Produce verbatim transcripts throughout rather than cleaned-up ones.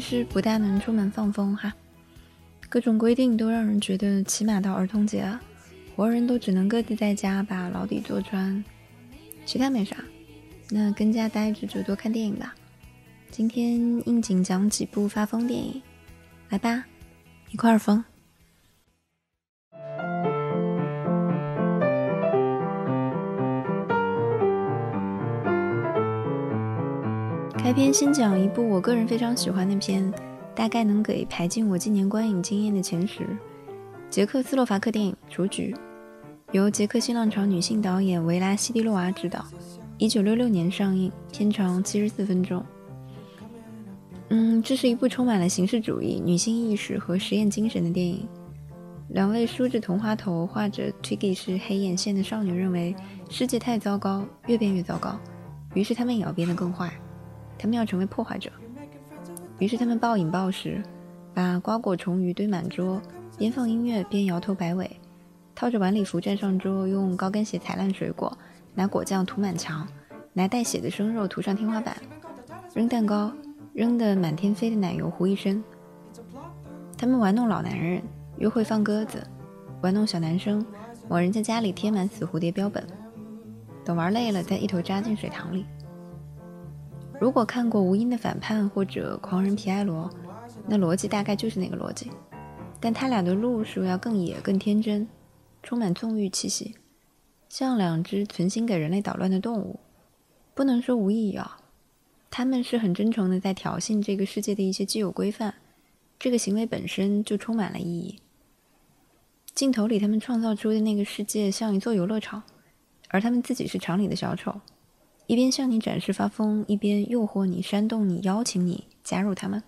实不大能出门放风哈。各种规定都让人觉得起码到儿童节啊，活人都只能各自在家把牢底坐穿，其他没啥。那跟家待着就多看电影吧。今天应景讲几部发疯电影，来吧，一块儿疯。开篇先讲一部我个人非常喜欢的片，大概能给排进我今年观影经验的前十。捷克斯洛伐克电影《雏菊》，由捷克新浪潮女性导演维拉西蒂洛娃执导，一九六六年上映，片长七十四分钟。嗯，这是一部充满了形式主义、女性意识和实验精神的电影。两位梳着同花头、画着 Twiggy 式黑眼线的少女认为世界太糟糕，越变越糟糕，于是她们也要变得更坏。他们要成为破坏者，于是他们暴饮暴食，把瓜果虫鱼堆满桌，边放音乐边摇头摆尾，套着晚礼服站上桌，用高跟鞋踩烂水果，拿果酱涂满墙，拿带血的生肉涂上天花板，扔蛋糕，扔得满天飞的奶油糊一身。他们玩弄老男人，约会放鸽子，玩弄小男生，往人家家里贴满死蝴蝶标本，等玩累了再一头扎进水塘里。如果看过《无因的反叛》或者《狂人皮埃罗》，那逻辑大概就是那个逻辑，但他俩的路数要更野更天真，充满纵欲气息，像两只存心给人类捣乱的动物。不能说无意义啊，他们是很真诚的在挑衅这个世界的一些既有规范，这个行为本身就充满了意义。镜头里他们创造出的那个世界像一座游乐场，而他们自己是场里的小丑，一边向你展示发疯，一边诱惑你、煽动你、邀请你加入他们。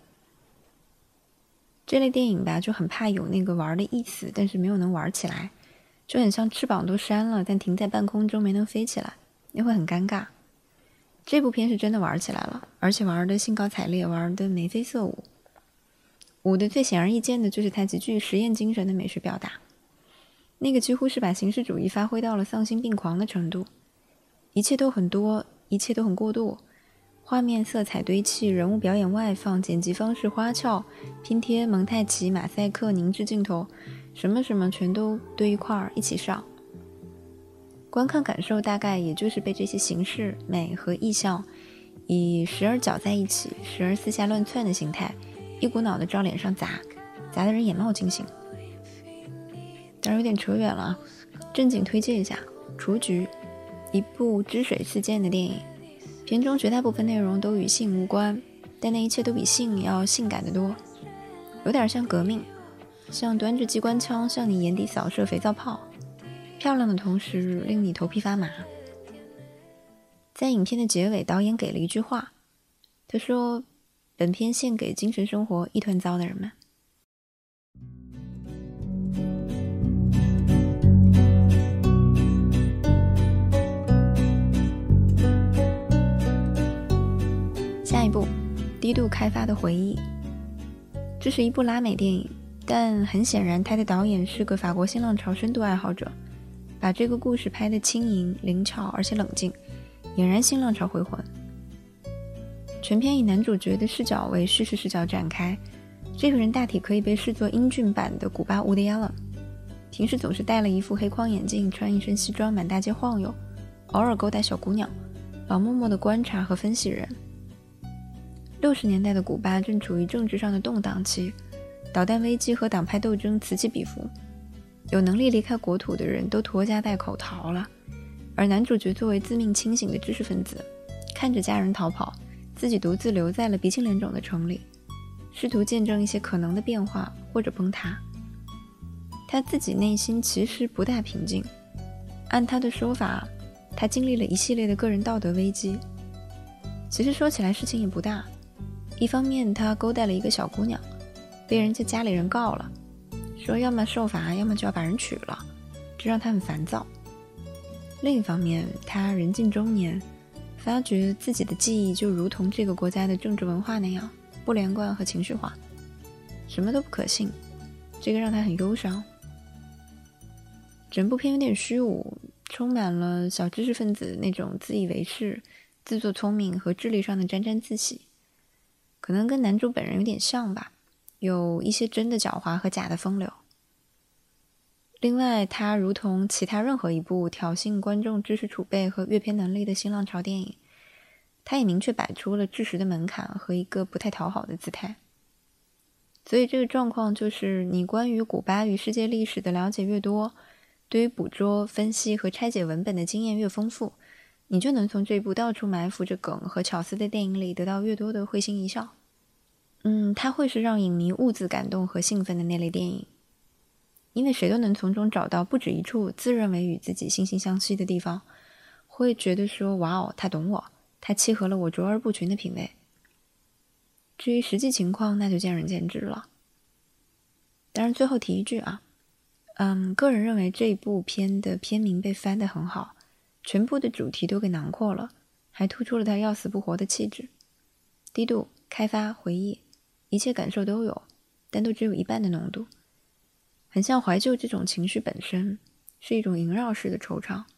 这类电影吧，就很怕有那个玩的意思，但是没有能玩起来，就很像翅膀都扇了，但停在半空中没能飞起来，也会很尴尬。这部片是真的玩起来了，而且玩的兴高采烈，玩的眉飞色舞。舞的最显而易见的就是它极具实验精神的美学表达，那个几乎是把形式主义发挥到了丧心病狂的程度。一切都很多，一切都很过度，画面色彩堆砌，人物表演外放，剪辑方式花俏，拼贴、蒙太奇、马赛克、凝滞镜头，什么什么全都堆一块儿一起上。观看感受大概也就是被这些形式、美和意象以时而搅在一起，时而四下乱窜的形态，一股脑的照脸上砸，砸得人眼冒金星。当然有点扯远了，正经推荐一下《雏菊》，一部汁水四溅的电影，片中绝大部分内容都与性无关，但那一切都比性要性感得多，有点像革命，像端着机关枪向你眼底扫射肥皂泡，漂亮的同时令你头皮发麻。在影片的结尾，导演给了一句话，他说：本片献给精神生活一团糟的人们。下一部，低度开发的回忆。这是一部拉美电影，但很显然他的导演是个法国新浪潮深度爱好者，把这个故事拍得轻盈灵巧而且冷静，俨然新浪潮回魂。全片以男主角的视角为叙事视角展开，这个人大体可以被视作英俊版的古巴伍迪·艾伦，平时总是戴了一副黑框眼镜，穿一身西装满大街晃悠，偶尔勾搭小姑娘，老默默地观察和分析人。六十年代的古巴正处于政治上的动荡期，导弹危机和党派斗争此起彼伏，有能力离开国土的人都拖家带口逃了，而男主角作为自命清醒的知识分子，看着家人逃跑，自己独自留在了鼻青脸肿的城里，试图见证一些可能的变化或者崩塌。他自己内心其实不大平静，按他的说法，他经历了一系列的个人道德危机。其实说起来事情也不大，一方面他勾搭了一个小姑娘，被人家家里人告了，说要么受罚，要么就要把人娶了，这让他很烦躁。另一方面，他人近中年，发觉自己的记忆就如同这个国家的政治文化那样不连贯和情绪化，什么都不可信，这个让他很忧伤。整部片有点虚无，充满了小知识分子那种自以为是、自作聪明和智力上的沾沾自喜。 可能跟男主本人有点像吧，有一些真的狡猾和假的风流。另外，它如同其他任何一部挑衅观众知识储备和阅片能力的新浪潮电影，它也明确摆出了知识的门槛和一个不太讨好的姿态。所以这个状况就是，你关于古巴与世界历史的了解越多，对于捕捉、分析和拆解文本的经验越丰富，你就能从这部到处埋伏着梗和巧思的电影里得到越多的会心一笑。嗯，它会是让影迷兀自感动和兴奋的那类电影。因为谁都能从中找到不止一处自认为与自己惺惺相惜的地方，会觉得说哇哦，他懂我，他契合了我卓而不群的品味。至于实际情况，那就见仁见智了。当然最后提一句啊，嗯，个人认为这部片的片名被翻得很好，全部的主题都给囊括了，还突出了他要死不活的气质。低度、开发、回忆，一切感受都有，但都只有一半的浓度。很像怀旧这种情绪本身，是一种萦绕式的惆怅。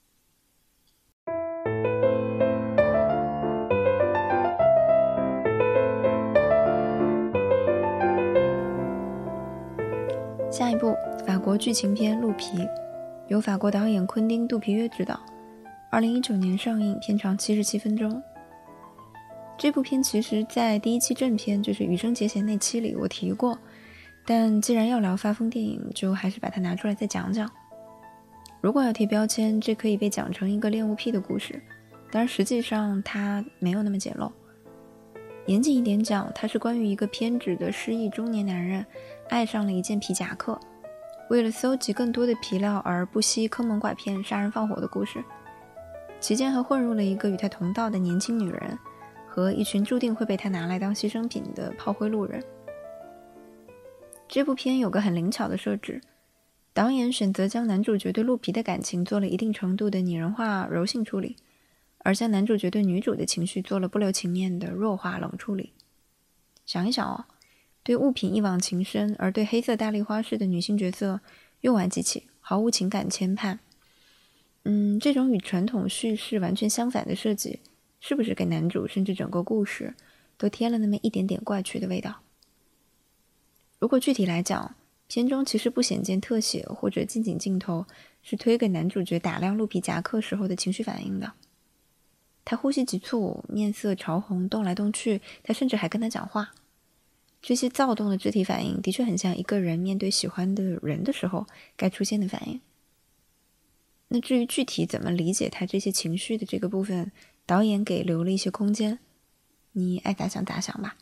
下一部，法国剧情片《鹿皮》，由法国导演昆汀·杜皮约执导，二零一九年上映，片长七十七分钟。这部片其实在第一期正片，就是羽生结弦那期里我提过，但既然要聊发疯电影，就还是把它拿出来再讲讲。如果要贴标签，这可以被讲成一个恋物癖的故事，当然实际上它没有那么简陋。严谨一点讲，它是关于一个偏执的失忆中年男人爱上了一件皮夹克，为了搜集更多的皮料而不惜坑蒙拐骗、杀人放火的故事。其间还混入了一个与他同道的年轻女人和一群注定会被他拿来当牺牲品的炮灰路人。这部片有个很灵巧的设置，导演选择将男主角对鹿皮的感情做了一定程度的拟人化柔性处理，而将男主角对女主的情绪做了不留情面的弱化冷处理。想一想哦，对物品一往情深，而对黑色大丽花式的女性角色用完即弃，毫无情感牵绊。嗯，这种与传统叙事完全相反的设计，是不是给男主甚至整个故事都添了那么一点点怪趣的味道？如果具体来讲，片中其实不显见特写或者近景镜头是推给男主角打量鹿皮夹克时候的情绪反应的。他呼吸急促，面色潮红，动来动去，他甚至还跟他讲话。这些躁动的肢体反应的确很像一个人面对喜欢的人的时候该出现的反应。那至于具体怎么理解他这些情绪的这个部分，导演给留了一些空间，你爱咋想咋想吧。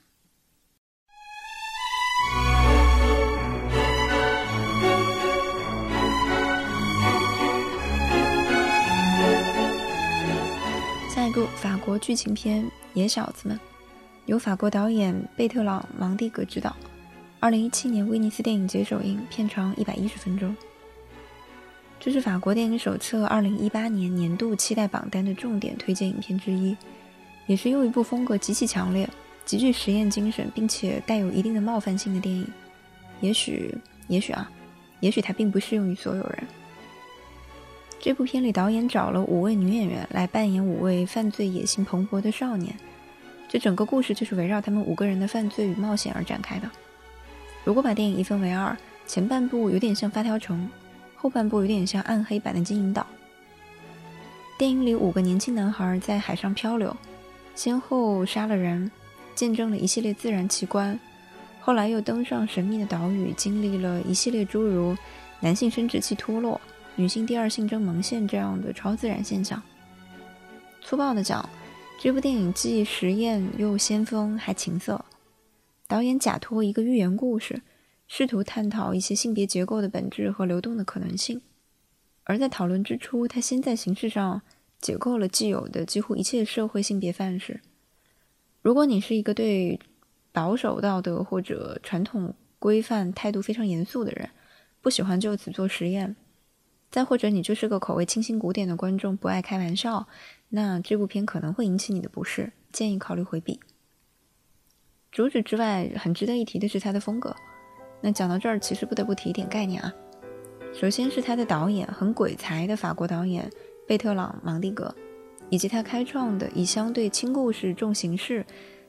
下一部法国剧情片《野小子们》，由法国导演贝特朗·芒蒂格执导，二零一七年威尼斯电影节首映，片长一百一十分钟。这是法国电影手册二零一八年年度期待榜单的重点推荐影片之一，也是又一部风格极其强烈、极具实验精神，并且带有一定的冒犯性的电影。也许，也许啊，也许它并不适用于所有人。这部片里，导演找了五位女演员来扮演五位犯罪野心蓬勃的少年，这整个故事就是围绕他们五个人的犯罪与冒险而展开的。如果把电影一分为二，前半部有点像发条城，后半部有点像暗黑版的金银岛。电影里五个年轻男孩在海上漂流，先后杀了人，见证了一系列自然奇观，后来又登上神秘的岛屿，经历了一系列诸如男性生殖器脱落、女性第二性征萌现这样的超自然现象。粗暴地讲，这部电影既实验又先锋还情色。导演假托一个寓言故事，试图探讨一些性别结构的本质和流动的可能性。而在讨论之初，他先在形式上解构了既有的几乎一切社会性别范式。如果你是一个对保守道德或者传统规范态度非常严肃的人，不喜欢就此做实验，再或者你就是个口味清新古典的观众，不爱开玩笑，那这部片可能会引起你的不适，建议考虑回避。主旨之外，很值得一提的是他的风格。那讲到这儿，其实不得不提一点概念啊。首先是他的导演，很鬼才的法国导演贝特朗·芒蒂格，以及他开创的以相对轻故事重形式，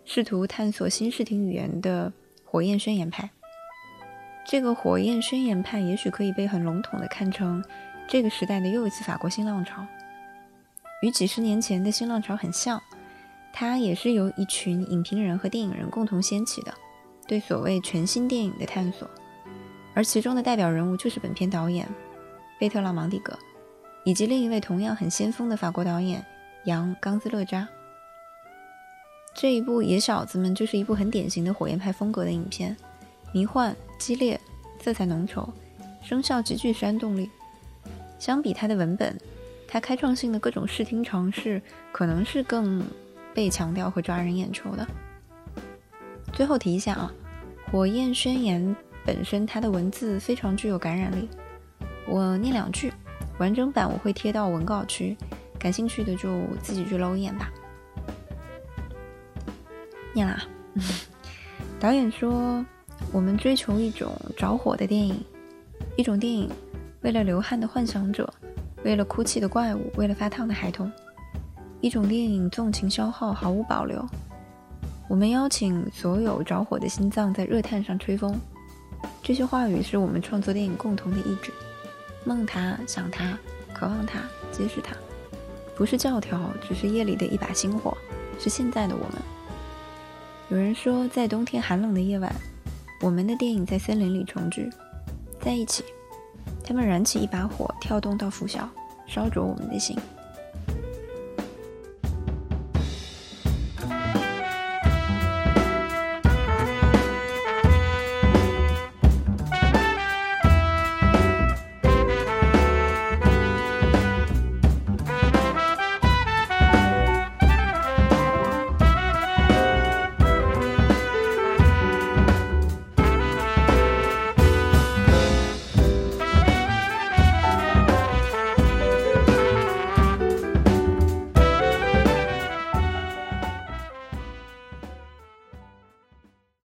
试图探索新视听语言的火焰宣言派。这个火焰宣言派也许可以被很笼统地看成这个时代的又一次法国新浪潮，与几十年前的新浪潮很像，它也是由一群影评人和电影人共同掀起的，对所谓全新电影的探索，而其中的代表人物就是本片导演贝特朗·芒蒂格，以及另一位同样很先锋的法国导演杨·冈兹勒扎。这一部《野小子们》就是一部很典型的火焰派风格的影片，迷幻、激烈，色彩浓稠，声效极具煽动力。相比它的文本，它开创性的各种视听尝试可能是更被强调和抓人眼球的。最后提一下啊，火焰宣言本身它的文字非常具有感染力，我念两句，完整版我会贴到文稿区，感兴趣的就自己去搂一眼吧。念啦导演说，我们追求一种着火的电影，一种电影为了流汗的幻想者，为了哭泣的怪物，为了发烫的孩童，一种电影纵情消耗，毫无保留。我们邀请所有着火的心脏在热炭上吹风。这些话语是我们创作电影共同的意志，梦它，想它，渴望它，揭示它，不是教条，只是夜里的一把星火，是现在的我们。有人说，在冬天寒冷的夜晚，我们的电影在森林里重聚，在一起，他们燃起一把火，跳动到拂晓，烧灼我们的心。